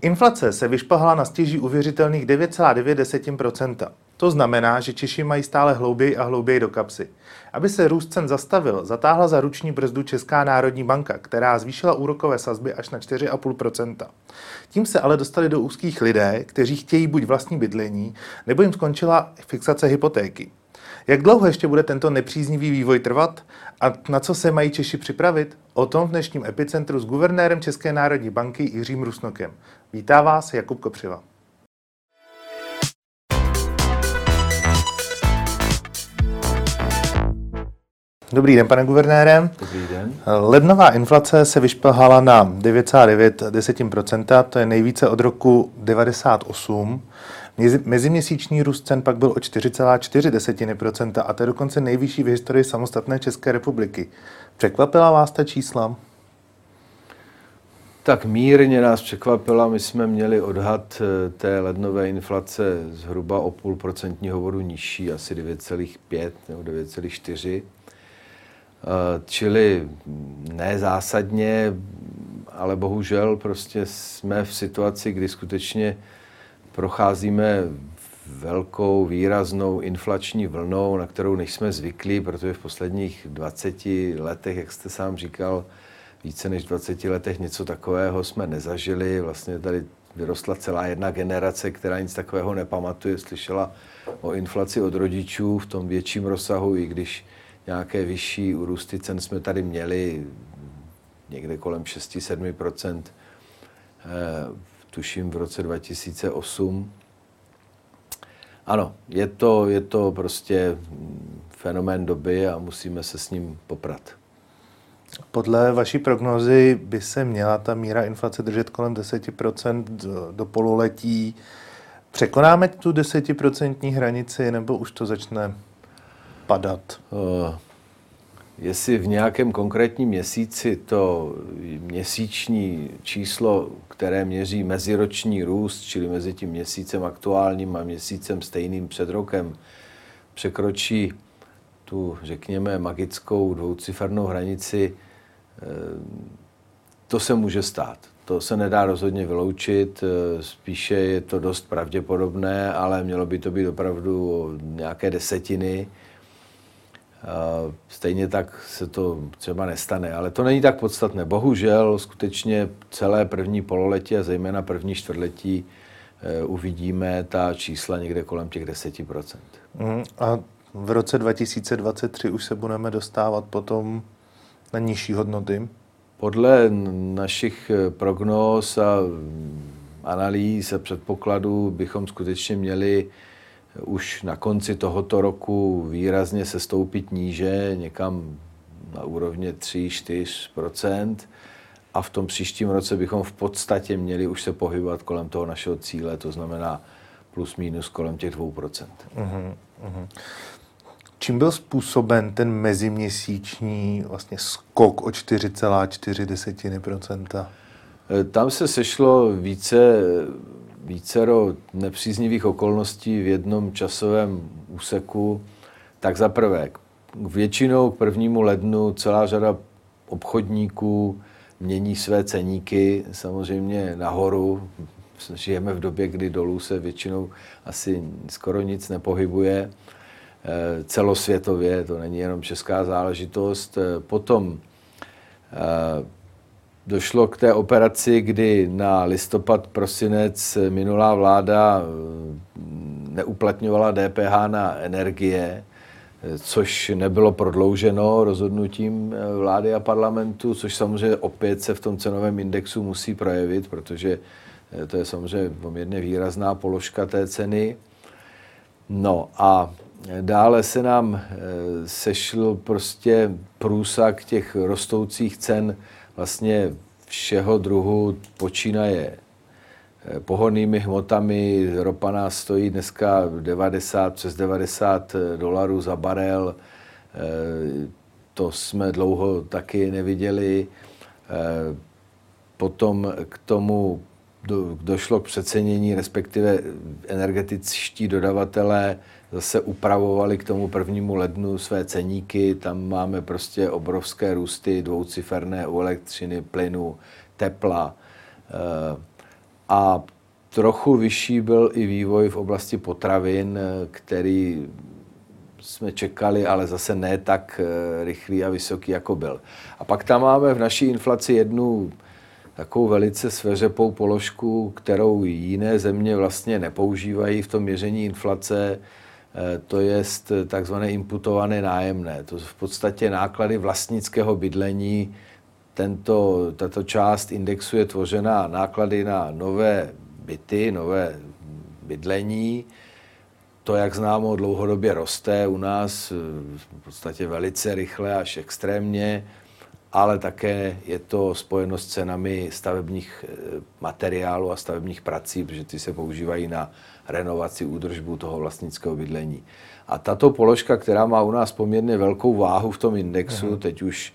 Inflace se vyšplhala na stěží uvěřitelných 9,9%. To znamená, že Češi mají stále hlouběji a hlouběji do kapsy. Aby se růst cen zastavil, zatáhla za ruční brzdu Česká národní banka, která zvýšila úrokové sazby až na 4,5%. Tím se ale dostali do úzkých lidé, kteří chtějí buď vlastní bydlení, nebo jim skončila fixace hypotéky. Jak dlouho ještě bude tento nepříznivý vývoj trvat a na co se mají Češi připravit? O tom v dnešním epicentru s guvernérem České národní banky Jiřím Rusnokem. Vítá vás Jakub Kopřiva. Dobrý den, pane guvernére. Dobrý den. Lednová inflace se vyšplhala na 9,9%, to je nejvíce od roku 1998. Meziměsíční růst cen pak byl o 4,4% a to je dokonce nejvyšší v historii samostatné České republiky. Překvapila vás ta čísla? Tak mírně nás překvapila. My jsme měli odhad té lednové inflace zhruba o 0,5% bodu nižší, asi 9,5 nebo 9,4. Čili ne zásadně, ale bohužel prostě jsme v situaci, kdy skutečně procházíme velkou, výraznou inflační vlnou, na kterou nejsme zvyklí, protože v posledních 20 letech, jak jste sám říkal, více než 20 letech něco takového jsme nezažili. Vlastně tady vyrostla celá jedna generace, která nic takového nepamatuje, slyšela o inflaci od rodičů v tom větším rozsahu, i když nějaké vyšší úrůsty cen jsme tady měli někde kolem 6-7%, tuším v roce 2008. Ano, je to prostě fenomén doby a musíme se s ním poprat. Podle vaší prognózy by se měla ta míra inflace držet kolem 10% do pololetí. Překonáme tu 10% hranici, nebo už to začne padat? Jestli v nějakém konkrétním měsíci to měsíční číslo, které měří meziroční růst, čili mezi tím měsícem aktuálním a měsícem stejným před rokem, překročí tu, řekněme, magickou dvoucifernou hranici, to se může stát. To se nedá rozhodně vyloučit, spíše je to dost pravděpodobné, ale mělo by to být opravdu nějaké desetiny. Stejně tak se to třeba nestane, ale to není tak podstatné. Bohužel skutečně celé první pololetí a zejména první čtvrtletí uvidíme ta čísla někde kolem těch 10%. A v roce 2023 už se budeme dostávat potom na nižší hodnoty? Podle našich prognóz a analýz a předpokladů bychom skutečně měli už na konci tohoto roku výrazně sestoupit níže, někam na úrovně 3-4%, a v tom příštím roce bychom v podstatě měli už se pohybovat kolem toho našeho cíle, to znamená plus minus kolem těch 2%. Čím byl způsoben ten meziměsíční vlastně skok o 4,4%? Tam se sešlo vícero nepříznivých okolností v jednom časovém úseku. Tak za prvé, většinou k 1. lednu celá řada obchodníků mění své ceníky samozřejmě nahoru. Žijeme v době, kdy dolů se většinou asi skoro nic nepohybuje. Celosvětově, to není jenom česká záležitost. Potom došlo k té operaci, kdy na listopad, prosinec minulá vláda neuplatňovala DPH na energie, což nebylo prodlouženo rozhodnutím vlády a parlamentu, což samozřejmě opět se v tom cenovém indexu musí projevit, protože to je samozřejmě poměrně výrazná položka té ceny. No a dále se nám sešel prostě průsak těch rostoucích cen vlastně všeho druhu, počínaje pohonnými hmotami. Ropa nás stojí dneska přes $90 za barel. To jsme dlouho taky neviděli. Potom k tomu došlo k přecenění, respektive energetičtí dodavatelé zase upravovali k tomu 1. lednu své ceníky. Tam máme prostě obrovské růsty dvouciferné u elektřiny, plynu, tepla. a trochu vyšší byl i vývoj v oblasti potravin, který jsme čekali, ale zase ne tak rychlý a vysoký, jako byl. A pak tam máme v naší inflaci jednu takovou velice sveřepou položku, kterou jiné země vlastně nepoužívají v tom měření inflace, to je takzvané imputované nájemné. To jsou v podstatě náklady vlastnického bydlení. Tato část indexu je tvořena náklady na nové byty, nové bydlení. To, jak známo, dlouhodobě roste u nás v podstatě velice rychle až extrémně, ale také je to spojeno s cenami stavebních materiálů a stavebních prací, protože ty se používají na renovaci, údržbu toho vlastnického bydlení. A tato položka, která má u nás poměrně velkou váhu v tom indexu, teď už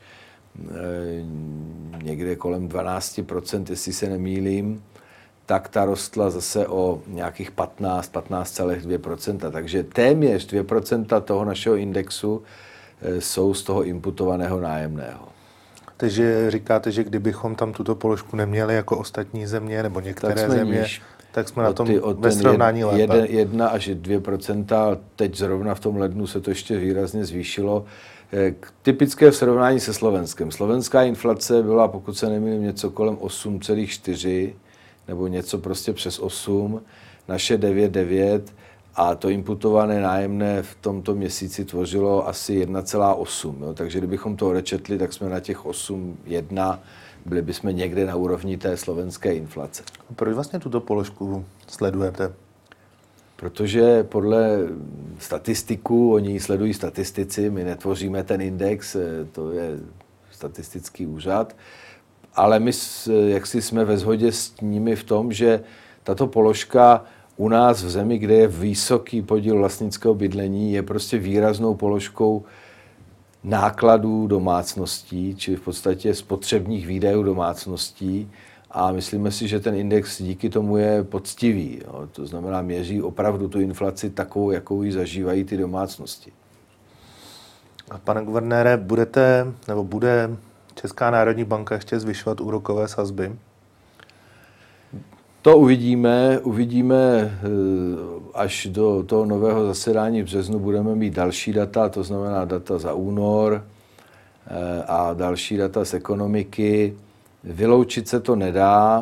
někde kolem 12%, jestli se nemýlím, tak ta rostla zase o nějakých 15,2%. Takže téměř 2% toho našeho indexu jsou z toho imputovaného nájemného. Takže říkáte, že kdybychom tam tuto položku neměli jako ostatní země nebo některé země, tak jsme na tom ve srovnání lépe. 1 až 2%, teď zrovna v tom lednu se to ještě výrazně zvýšilo. Typické v srovnání se Slovenskem. Slovenská inflace byla, pokud se nemýlím, něco kolem 8,4 nebo něco prostě přes 8, naše 9,9 a to imputované nájemné v tomto měsíci tvořilo asi 1,8. Takže kdybychom to odečetli, tak jsme na těch 8,1, byli bychom někde na úrovni té slovenské inflace. Proč vlastně tuto položku sledujete? Protože podle statistiků, oni ji sledují statistici, my netvoříme ten index, to je statistický úřad, ale my jaksi jsme ve shodě s nimi v tom, že tato položka u nás v zemi, kde je vysoký podíl vlastnického bydlení, je prostě výraznou položkou nákladů domácností, či v podstatě spotřebních výdajů domácností. A myslíme si, že ten index díky tomu je poctivý. Jo. To znamená, měří opravdu tu inflaci takovou, jakou ji zažívají ty domácnosti. A pane guvernére, bude Česká národní banka ještě zvyšovat úrokové sazby? To uvidíme, až do toho nového zasedání v březnu budeme mít další data, to znamená data za únor a další data z ekonomiky. Vyloučit se to nedá,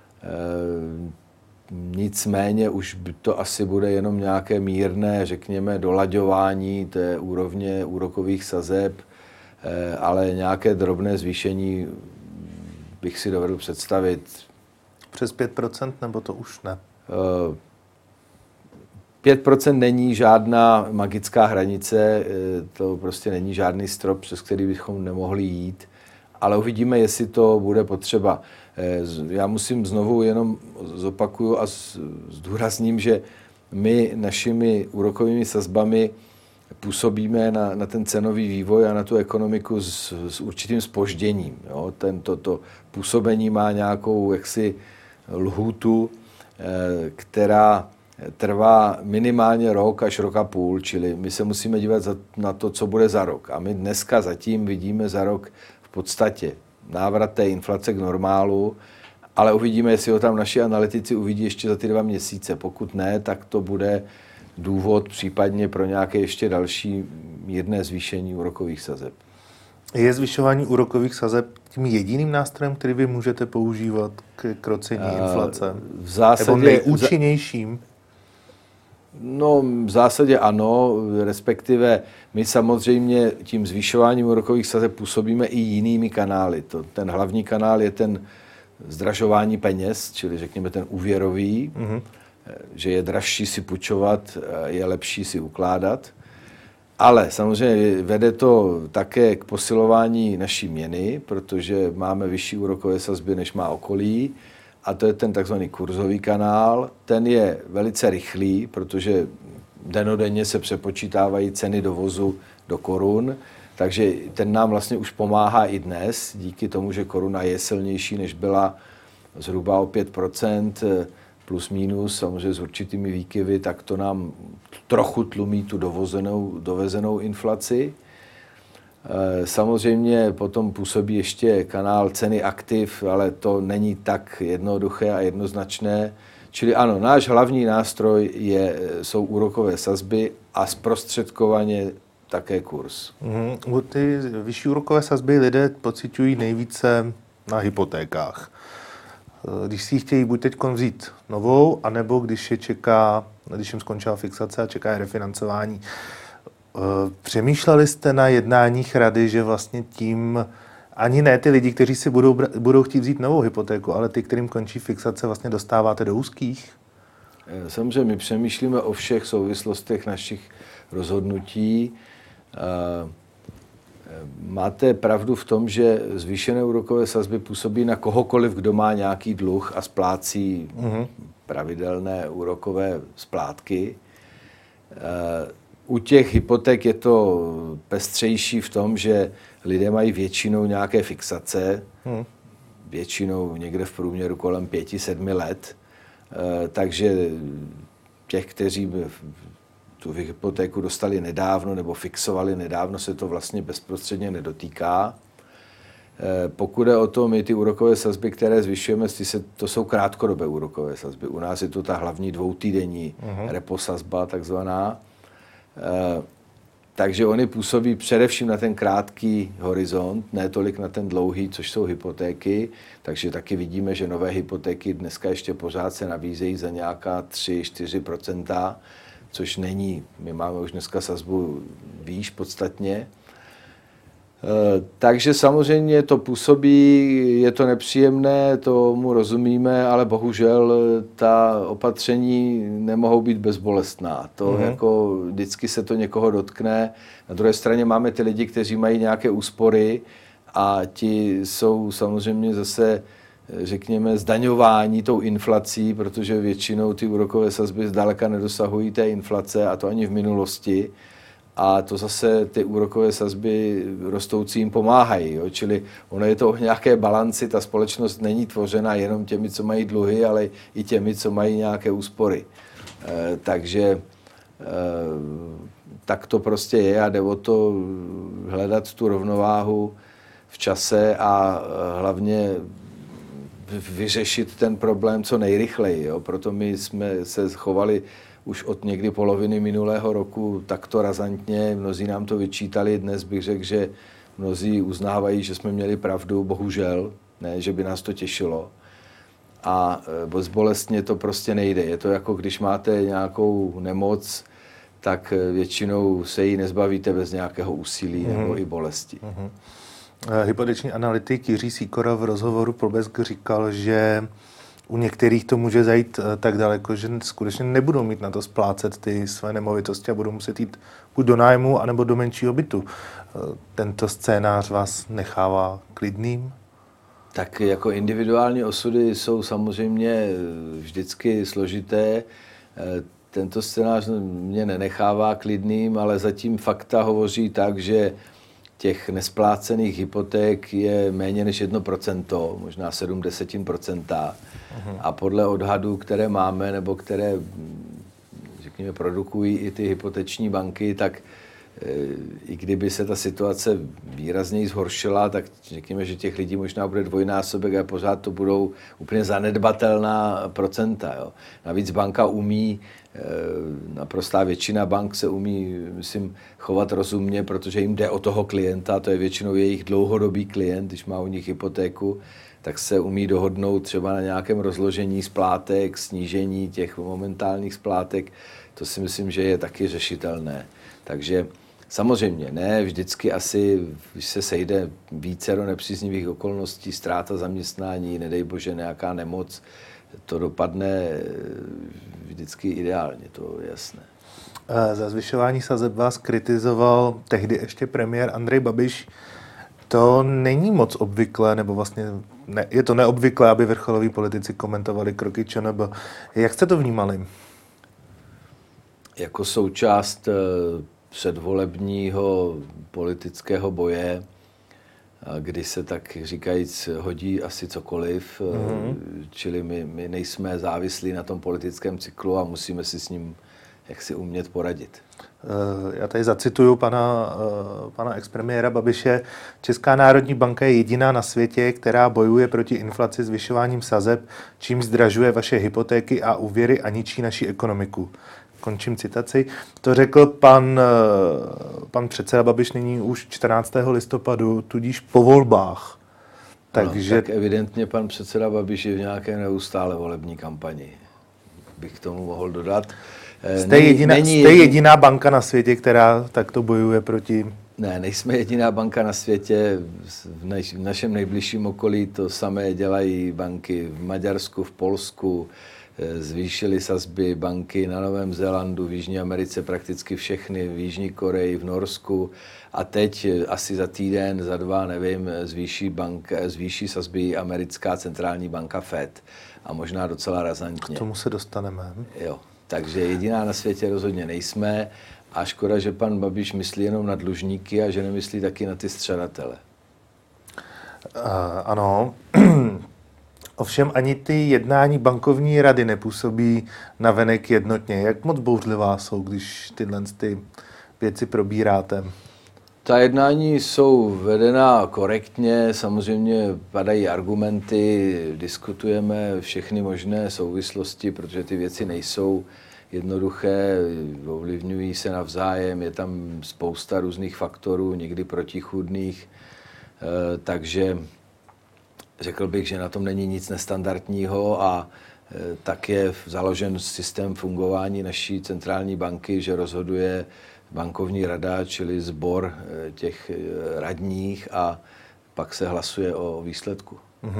nicméně už to asi bude jenom nějaké mírné, řekněme, dolaďování té úrovně úrokových sazeb, ale nějaké drobné zvýšení bych si dovedl představit. Přes 5%, nebo to už ne? 5% není žádná magická hranice, to prostě není žádný strop, přes který bychom nemohli jít, ale uvidíme, jestli to bude potřeba. Já musím znovu jenom zopakuju a zdůrazním, že my našimi úrokovými sazbami působíme na ten cenový vývoj a na tu ekonomiku s určitým zpožděním. Jo? To působení má nějakou jaksi lhůtu, která trvá minimálně rok až rok a půl, čili my se musíme dívat na to, co bude za rok. A my dneska zatím vidíme za rok v podstatě návrat té inflace k normálu, ale uvidíme, jestli ho tam naši analytici uvidí ještě za ty 2 měsíce. Pokud ne, tak to bude důvod případně pro nějaké ještě další mírné zvýšení úrokových sazeb. Je zvyšování úrokových sazeb tím jediným nástrojem, který vy můžete používat k krocení inflace? V zásadě, nebo nejúčinnějším? No, v zásadě ano, respektive my samozřejmě tím zvyšováním úrokových sazeb působíme i jinými kanály. Ten hlavní kanál je ten zdražování peněz, čili řekněme ten úvěrový, že je dražší si půjčovat, je lepší si ukládat. Ale samozřejmě vede to také k posilování naší měny, protože máme vyšší úrokové sazby, než má okolí. A to je ten takzvaný kurzový kanál. Ten je velice rychlý, protože dennodenně se přepočítávají ceny dovozu do korun. Takže ten nám vlastně už pomáhá i dnes, díky tomu, že koruna je silnější, než byla zhruba o 5%, plus minus, samozřejmě s určitými výkyvy, tak to nám trochu tlumí tu dovezenou inflaci. Samozřejmě potom působí ještě kanál ceny aktiv, ale to není tak jednoduché a jednoznačné. Čili ano, náš hlavní nástroj jsou úrokové sazby a zprostředkovaně také kurz. Ty vyšší úrokové sazby lidé pociťují nejvíce na hypotékách. Když si ji chtějí buď teď vzít novou, anebo když jim skončila fixace a čeká je refinancování. Přemýšleli jste na jednáních rady, že vlastně tím ani ne ty lidi, kteří si budou chtít vzít novou hypotéku, ale ty, kterým končí fixace, vlastně dostáváte do úzkých? Samozřejmě my přemýšlíme o všech souvislostech našich rozhodnutí. Máte pravdu v tom, že zvýšené úrokové sazby působí na kohokoliv, kdo má nějaký dluh a splácí pravidelné úrokové splátky. U těch hypoték je to pestřejší v tom, že lidé mají většinou nějaké fixace, většinou někde v průměru kolem 5-7 let, takže těch, kteří tu hypotéku dostali nedávno nebo fixovali nedávno, se to vlastně bezprostředně nedotýká. Pokud je o to, my ty úrokové sazby, které zvyšujeme, to jsou krátkodobé úrokové sazby. U nás je to ta hlavní dvoutýdenní repo sazba takzvaná. Takže oni působí především na ten krátký horizont, ne tolik na ten dlouhý, což jsou hypotéky. Takže taky vidíme, že nové hypotéky dneska ještě pořád se nabízejí za nějaká 3-4%, což není, my máme už dneska sazbu výš podstatně. Takže samozřejmě to působí, je to nepříjemné, tomu rozumíme, ale bohužel ta opatření nemohou být bezbolestná. To jako vždycky se to někoho dotkne. Na druhé straně máme ty lidi, kteří mají nějaké úspory a ti jsou samozřejmě zase, řekněme, zdaňování tou inflací, protože většinou ty úrokové sazby zdaleka nedosahují té inflace, a to ani v minulosti. A to zase ty úrokové sazby rostoucím pomáhají. Jo? Čili ono je to o nějaké balanci, ta společnost není tvořena jenom těmi, co mají dluhy, ale i těmi, co mají nějaké úspory. Takže tak to prostě je a jde o to hledat tu rovnováhu v čase a hlavně vyřešit ten problém co nejrychleji. Jo? Proto my jsme se chovali už od někdy poloviny minulého roku takto razantně. Mnozí nám to vyčítali. Dnes bych řekl, že mnozí uznávají, že jsme měli pravdu, bohužel. Ne, že by nás to těšilo. A bezbolestně to prostě nejde. Je to jako když máte nějakou nemoc, tak většinou se jí nezbavíte bez nějakého úsilí nebo i bolesti. Hypoteční analytik Jiří Sýkora v rozhovoru pro Blesk říkal, že u některých to může zajít tak daleko, že skutečně nebudou mít na to splácet ty své nemovitosti a budou muset jít buď do nájmu, anebo do menšího bytu. Tento scénář vás nechává klidným? Tak jako individuální osudy jsou samozřejmě vždycky složité. Tento scénář mě nenechává klidným, ale zatím fakta hovoří tak, že těch nesplácených hypoték je méně než 1%, možná 0,7%. A podle odhadů, které máme, nebo které, řekněme, produkují i ty hypoteční banky, tak i kdyby se ta situace výrazněji zhoršila, tak řekněme, že těch lidí možná bude dvojnásobek a pořád to budou úplně zanedbatelná procenta. Jo. Navíc banka umí, naprostá většina bank se umí, myslím, chovat rozumně, protože jim jde o toho klienta, to je většinou jejich dlouhodobý klient, když má u nich hypotéku, tak se umí dohodnout třeba na nějakém rozložení splátek, snížení těch momentálních splátek. To si myslím, že je taky řešitelné. Takže samozřejmě ne, vždycky asi, když se sejde vícero nepříznivých okolností, ztráta zaměstnání, nedej bože nějaká nemoc, to dopadne vždycky ideálně, to je jasné. Za zvyšování sazeb vás kritizoval tehdy ještě premiér Andrej Babiš. To není moc obvyklé, nebo vlastně je to neobvyklé, aby vrcholoví politici komentovali kroky ČNB. Jak jste to vnímali? Jako součást předvolebního politického boje, kdy se tak říkajíc hodí asi cokoliv, čili my nejsme závislí na tom politickém cyklu a musíme si s ním jak si umět poradit. Já tady zacituju pana expremiéra Babiše. Česká národní banka je jediná na světě, která bojuje proti inflaci zvyšováním sazeb, čím zdražuje vaše hypotéky a úvěry a ničí naši ekonomiku. Končím citaci. To řekl pan předseda Babiš nyní už 14. listopadu, tudíž po volbách. Takže... No, tak evidentně pan předseda Babiš je v nějaké neustále volební kampani. Bych k tomu mohl dodat. Jste jediná banka na světě, která takto bojuje proti... Ne, nejsme jediná banka na světě. V našem nejbližším okolí to samé dělají banky v Maďarsku, v Polsku. Zvýšily sazby banky na Novém Zélandu, v Jižní Americe prakticky všechny, v Jižní Koreji, v Norsku. A teď asi za týden, za dva, nevím, zvýší sazby americká centrální banka Fed. A možná docela razantně. K tomu se dostaneme. Jo, takže jediná na světě rozhodně nejsme. A škoda, že pan Babiš myslí jenom na dlužníky a že nemyslí taky na ty střadatele. Ano. Ovšem ani ty jednání bankovní rady nepůsobí navenek jednotně. Jak moc bouřlivá jsou, když tyhle věci probíráte? Ta jednání jsou vedena korektně, samozřejmě padají argumenty, diskutujeme všechny možné souvislosti, protože ty věci nejsou jednoduché, ovlivňují se navzájem, je tam spousta různých faktorů, někdy protichůdných, takže řekl bych, že na tom není nic nestandardního a tak je založen systém fungování naší centrální banky, že rozhoduje bankovní rada, čili sbor těch radních a pak se hlasuje o výsledku.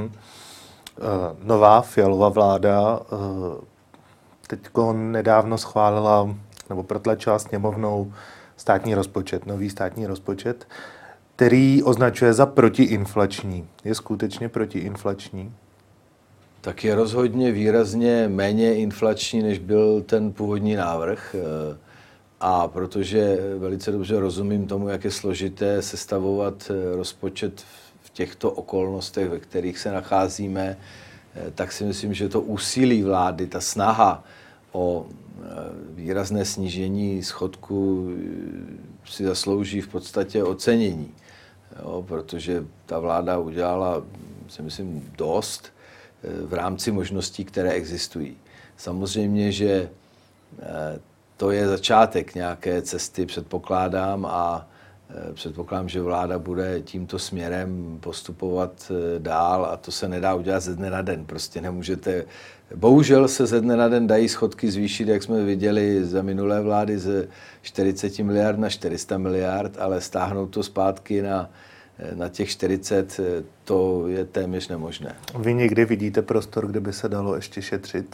Nová Fialova vláda teďko nedávno schválila nebo protlačila sněmovnou nový státní rozpočet, který označuje za protiinflační. Je skutečně protiinflační? Tak je rozhodně výrazně méně inflační, než byl ten původní návrh. A protože velice dobře rozumím tomu, jak je složité sestavovat rozpočet v těchto okolnostech, ve kterých se nacházíme, tak si myslím, že to úsilí vlády, ta snaha o výrazné snížení schodku si zaslouží v podstatě ocenění. Jo, protože ta vláda udělala, si myslím, dost v rámci možností, které existují. Samozřejmě, že to je začátek nějaké cesty, předpokládám, a předpokládám, že vláda bude tímto směrem postupovat dál a to se nedá udělat ze dne na den. Prostě nemůžete... Bohužel se ze dne na den dají schodky zvýšit, jak jsme viděli za minulé vlády, ze 40 miliard na 400 miliard, ale stáhnout to zpátky na těch 40, to je téměř nemožné. Vy někdy vidíte prostor, kde by se dalo ještě šetřit?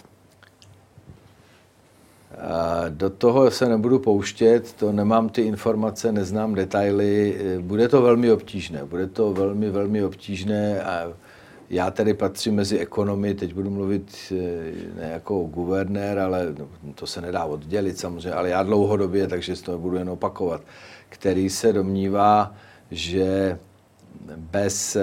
Do toho se nebudu pouštět, to nemám ty informace, neznám detaily. Bude to velmi obtížné, velmi obtížné a já tady patřím mezi ekonomy, teď budu mluvit ne jako guvernér, ale to se nedá oddělit samozřejmě, ale já dlouhodobě, takže to budu jen opakovat, který se domnívá, že bez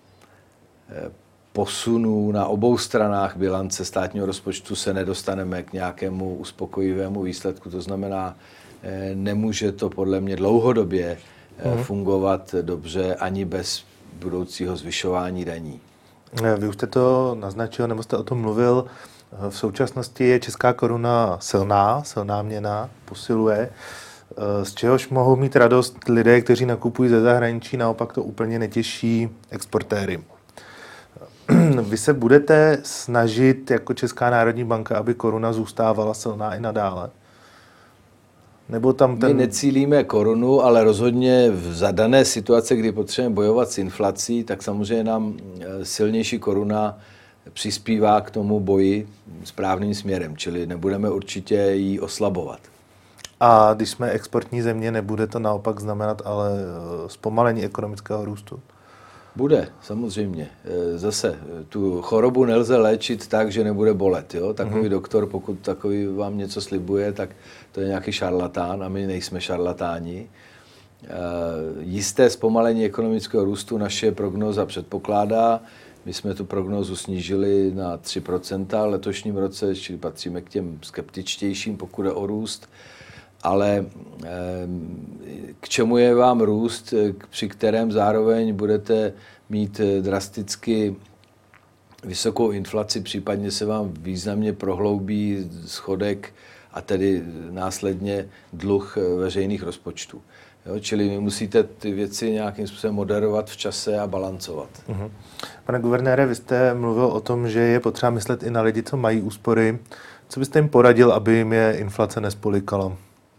posunů na obou stranách bilance státního rozpočtu se nedostaneme k nějakému uspokojivému výsledku. To znamená, nemůže to podle mě dlouhodobě fungovat dobře ani bez budoucího zvyšování daní. Vy už jste to naznačil, nebo jste o tom mluvil. V současnosti je česká koruna silná měna, posiluje, z čehož mohou mít radost lidé, kteří nakupují ze zahraničí, naopak to úplně netěší exportéry. Vy se budete snažit jako Česká národní banka, aby koruna zůstávala silná i nadále? Nebo tam My necílíme korunu, ale rozhodně v zadané situaci, kdy potřebujeme bojovat s inflací, tak samozřejmě nám silnější koruna přispívá k tomu boji správným směrem, čili nebudeme určitě ji oslabovat. A když jsme exportní země, nebude to naopak znamenat ale zpomalení ekonomického růstu? Bude, samozřejmě. Zase, tu chorobu nelze léčit tak, že nebude bolet. Jo? Takový doktor, pokud takový vám něco slibuje, tak to je nějaký šarlatán a my nejsme šarlatáni. Jisté zpomalení ekonomického růstu naše prognóza předpokládá. My jsme tu prognózu snížili na 3% v letošním roce, čili patříme k těm skeptičtějším, pokud je o růst. Ale k čemu je vám růst, při kterém zároveň budete mít drasticky vysokou inflaci, případně se vám významně prohloubí schodek a tedy následně dluh veřejných rozpočtů. Jo, čili vy musíte ty věci nějakým způsobem moderovat v čase a balancovat. Pane guvernére, vy jste mluvil o tom, že je potřeba myslet i na lidi, co mají úspory. Co byste jim poradil, aby jim je inflace nespolikala?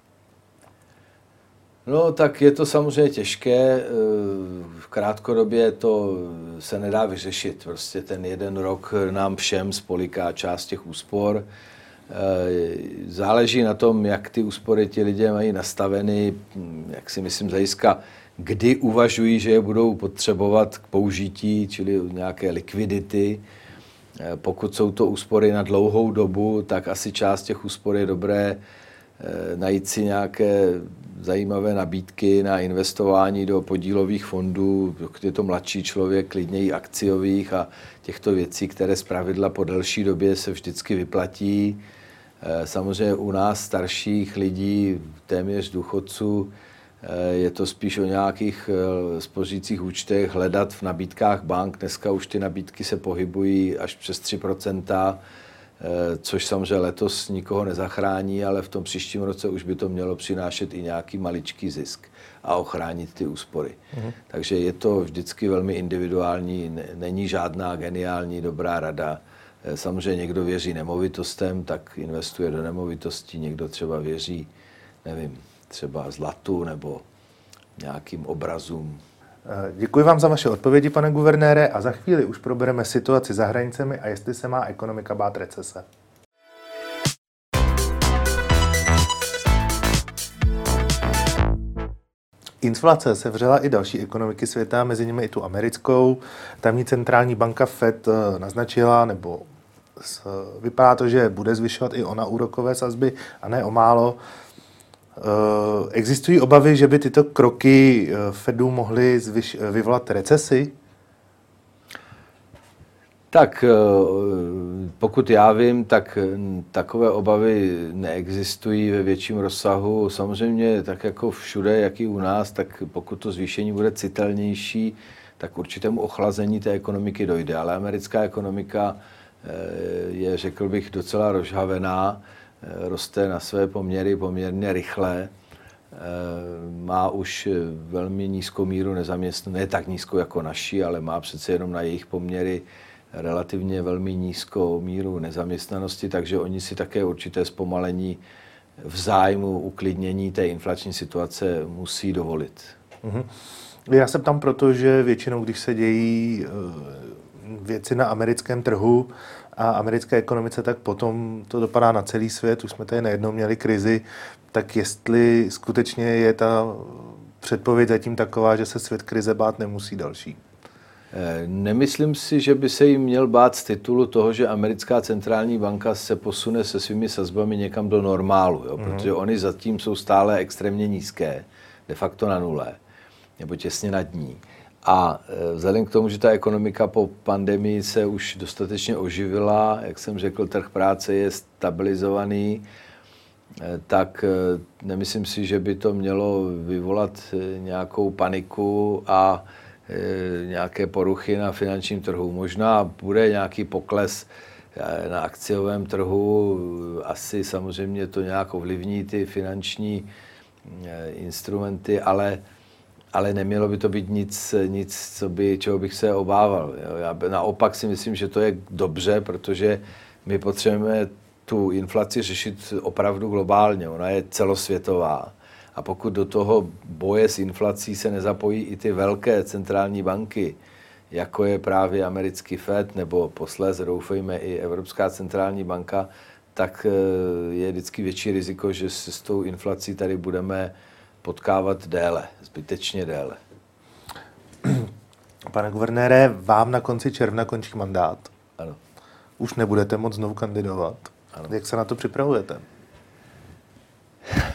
No, tak je to samozřejmě těžké. V krátkodobě to se nedá vyřešit. Prostě ten jeden rok nám všem spoliká část těch úspor. Záleží na tom, jak ty úspory ti lidé mají nastaveny, jak si myslím zajistka, kdy uvažují, že je budou potřebovat k použití, čili nějaké likvidity. Pokud jsou to úspory na dlouhou dobu, tak asi část těch úspor je dobré najít si nějaké zajímavé nabídky na investování do podílových fondů, pokud je to mladší člověk, klidně i akciových a těchto věcí, které zpravidla po delší době se vždycky vyplatí. Samozřejmě u nás starších lidí, téměř důchodců, je to spíš o nějakých spořících účtech, hledat v nabídkách bank. Dneska už ty nabídky se pohybují až přes 3%, což samozřejmě letos nikoho nezachrání, ale v tom příštím roce už by to mělo přinášet i nějaký maličký zisk a ochránit ty úspory. Takže je to vždycky velmi individuální, není žádná geniální dobrá rada. Samozřejmě někdo věří nemovitostem, tak investuje do nemovitostí, někdo třeba věří, nevím, třeba zlatu nebo nějakým obrazům. Děkuji vám za vaše odpovědi, pane guvernére, a za chvíli už probereme situaci za hranicemi a jestli se má ekonomika bát recese. Inflace sevřela i další ekonomiky světa, mezi nimi i tu americkou. Tamní centrální banka Fed naznačila, nebo vypadá to, že bude zvyšovat i ona úrokové sazby, a ne o málo. Existují obavy, že by tyto kroky Fedu mohly vyvolat recesi? Tak pokud já vím, tak takové obavy neexistují ve větším rozsahu. Samozřejmě tak jako všude, jak i u nás, tak pokud to zvýšení bude citelnější, tak k určitému ochlazení té ekonomiky dojde. Ale americká ekonomika je, řekl bych, docela rozhavená, roste na své poměry poměrně rychle, má už velmi nízkou míru nezaměstnanosti, ne tak nízkou jako naší, ale má přece jenom na jejich poměry relativně velmi nízkou míru nezaměstnanosti, takže oni si také určité zpomalení v zájmu uklidnění té inflační situace musí dovolit. Já se ptám proto, že většinou, když se dějí věci na americkém trhu a americké ekonomice, tak potom to dopadá na celý svět. Už jsme tady nejednou měli krizi, tak jestli skutečně je ta předpověď zatím taková, že se svět krize bát nemusí další. Nemyslím si, že by se jim měl bát z titulu toho, že americká centrální banka se posune se svými sazbami někam do normálu, jo? Protože oni zatím jsou stále extrémně nízké, de facto na nule, nebo těsně nad ní. A vzhledem k tomu, že ta ekonomika po pandemii se už dostatečně oživila, jak jsem řekl, trh práce je stabilizovaný, tak nemyslím si, že by to mělo vyvolat nějakou paniku a nějaké poruchy na finančním trhu. Možná bude nějaký pokles na akciovém trhu, asi samozřejmě to nějak ovlivní ty finanční instrumenty, ale nemělo by to být nic čeho bych se obával. Já naopak si myslím, že to je dobře, protože my potřebujeme tu inflaci řešit opravdu globálně. Ona je celosvětová. A pokud do toho boje s inflací se nezapojí i ty velké centrální banky, jako je právě americký Fed, nebo posléze doufejme i Evropská centrální banka, tak je vždycky větší riziko, že se s tou inflací tady budeme potkávat déle, zbytečně déle. Pane guvernére, vám na konci června končí mandát. Ano. Už nebudete moc znovu kandidovat. Ano. Jak se na to připravujete?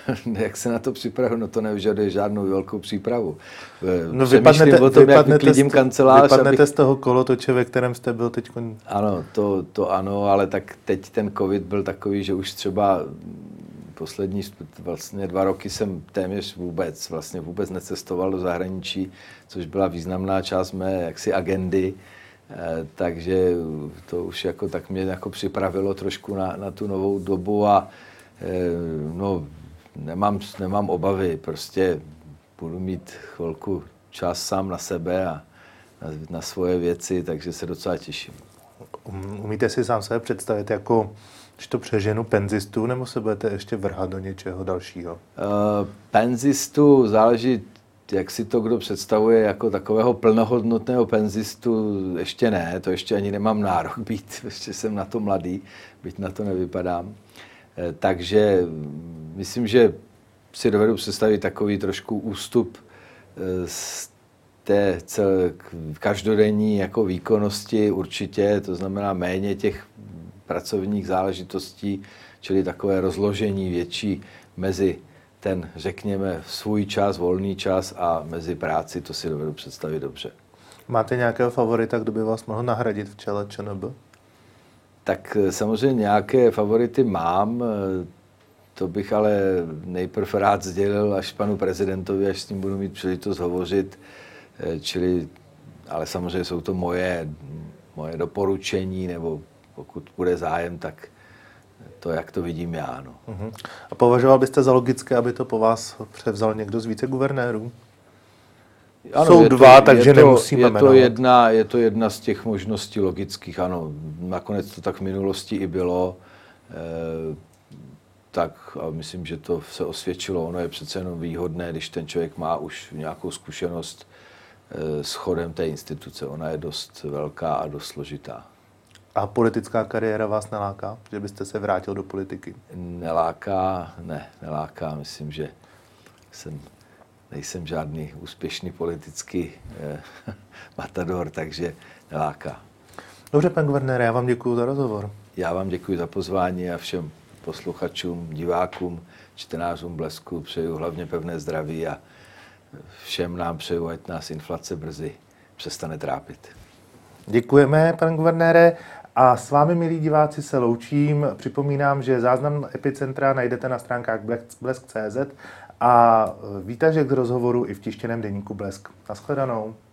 Jak se na to připravu? No to nevyžaduje žádnou velkou přípravu. No vypadnete o tom, jak vyklidím kancelář. Vypadnete z toho kolotoče, ve kterém jste byl teď. Ano, to ano, ale tak teď ten covid byl takový, že už třeba poslední vlastně 2 roky jsem téměř vůbec necestoval do zahraničí, což byla významná část mé jaksi agendy. Takže to už jako tak mě jako připravilo trošku na tu novou dobu a no, nemám obavy, prostě budu mít chvilku čas sám na sebe a na svoje věci, takže se docela těším. Umíte si sám sebe představit jako, když to přeženu, penzistu, nebo se budete ještě vrhat do něčeho dalšího? Penzistu záleží, jak si to kdo představuje, jako takového plnohodnotného penzistu, ještě ne, to ještě ani nemám nárok být, ještě jsem na to mladý, byť na to nevypadám. Takže myslím, že si dovedu představit takový trošku ústup z té každodenní jako výkonnosti určitě, to znamená méně těch pracovních záležitostí, čili takové rozložení větší mezi ten, řekněme, svůj čas, volný čas a mezi práci, to si dovedu představit dobře. Máte nějakého favorita, kdo by vás mohl nahradit v čele ČNB? Tak samozřejmě nějaké favority mám, to bych ale nejprve rád sdělil až panu prezidentovi, až s ním budu mít příležitost hovořit, ale samozřejmě jsou to moje doporučení, nebo pokud bude zájem, tak to, jak to vidím já. No. A považoval byste za logické, aby to po vás převzal někdo z viceguvernérů? Ano, jsou dva, takže nemusíme jmenovat. Je to jedna z těch možností logických, ano. Nakonec to tak v minulosti i bylo. Tak a myslím, že to se osvědčilo. Ono je přece jenom výhodné, když ten člověk má už nějakou zkušenost s chodem té instituce. Ona je dost velká a dost složitá. A politická kariéra vás neláká? Že byste se vrátil do politiky? Neláká. Myslím, že nejsem žádný úspěšný politický matador, takže neláká. Dobře, pan guvernére, já vám děkuji za rozhovor. Já vám děkuji za pozvání a všem posluchačům, divákům, čtenářům Blesku přeju hlavně pevné zdraví a všem nám přeju, ať nás inflace brzy přestane trápit. Děkujeme, pan guvernére. A s vámi, milí diváci, se loučím. Připomínám, že záznam Epicentra najdete na stránkách blesk.cz a výtažek z rozhovoru i v tištěném deníku Blesk. Naschledanou.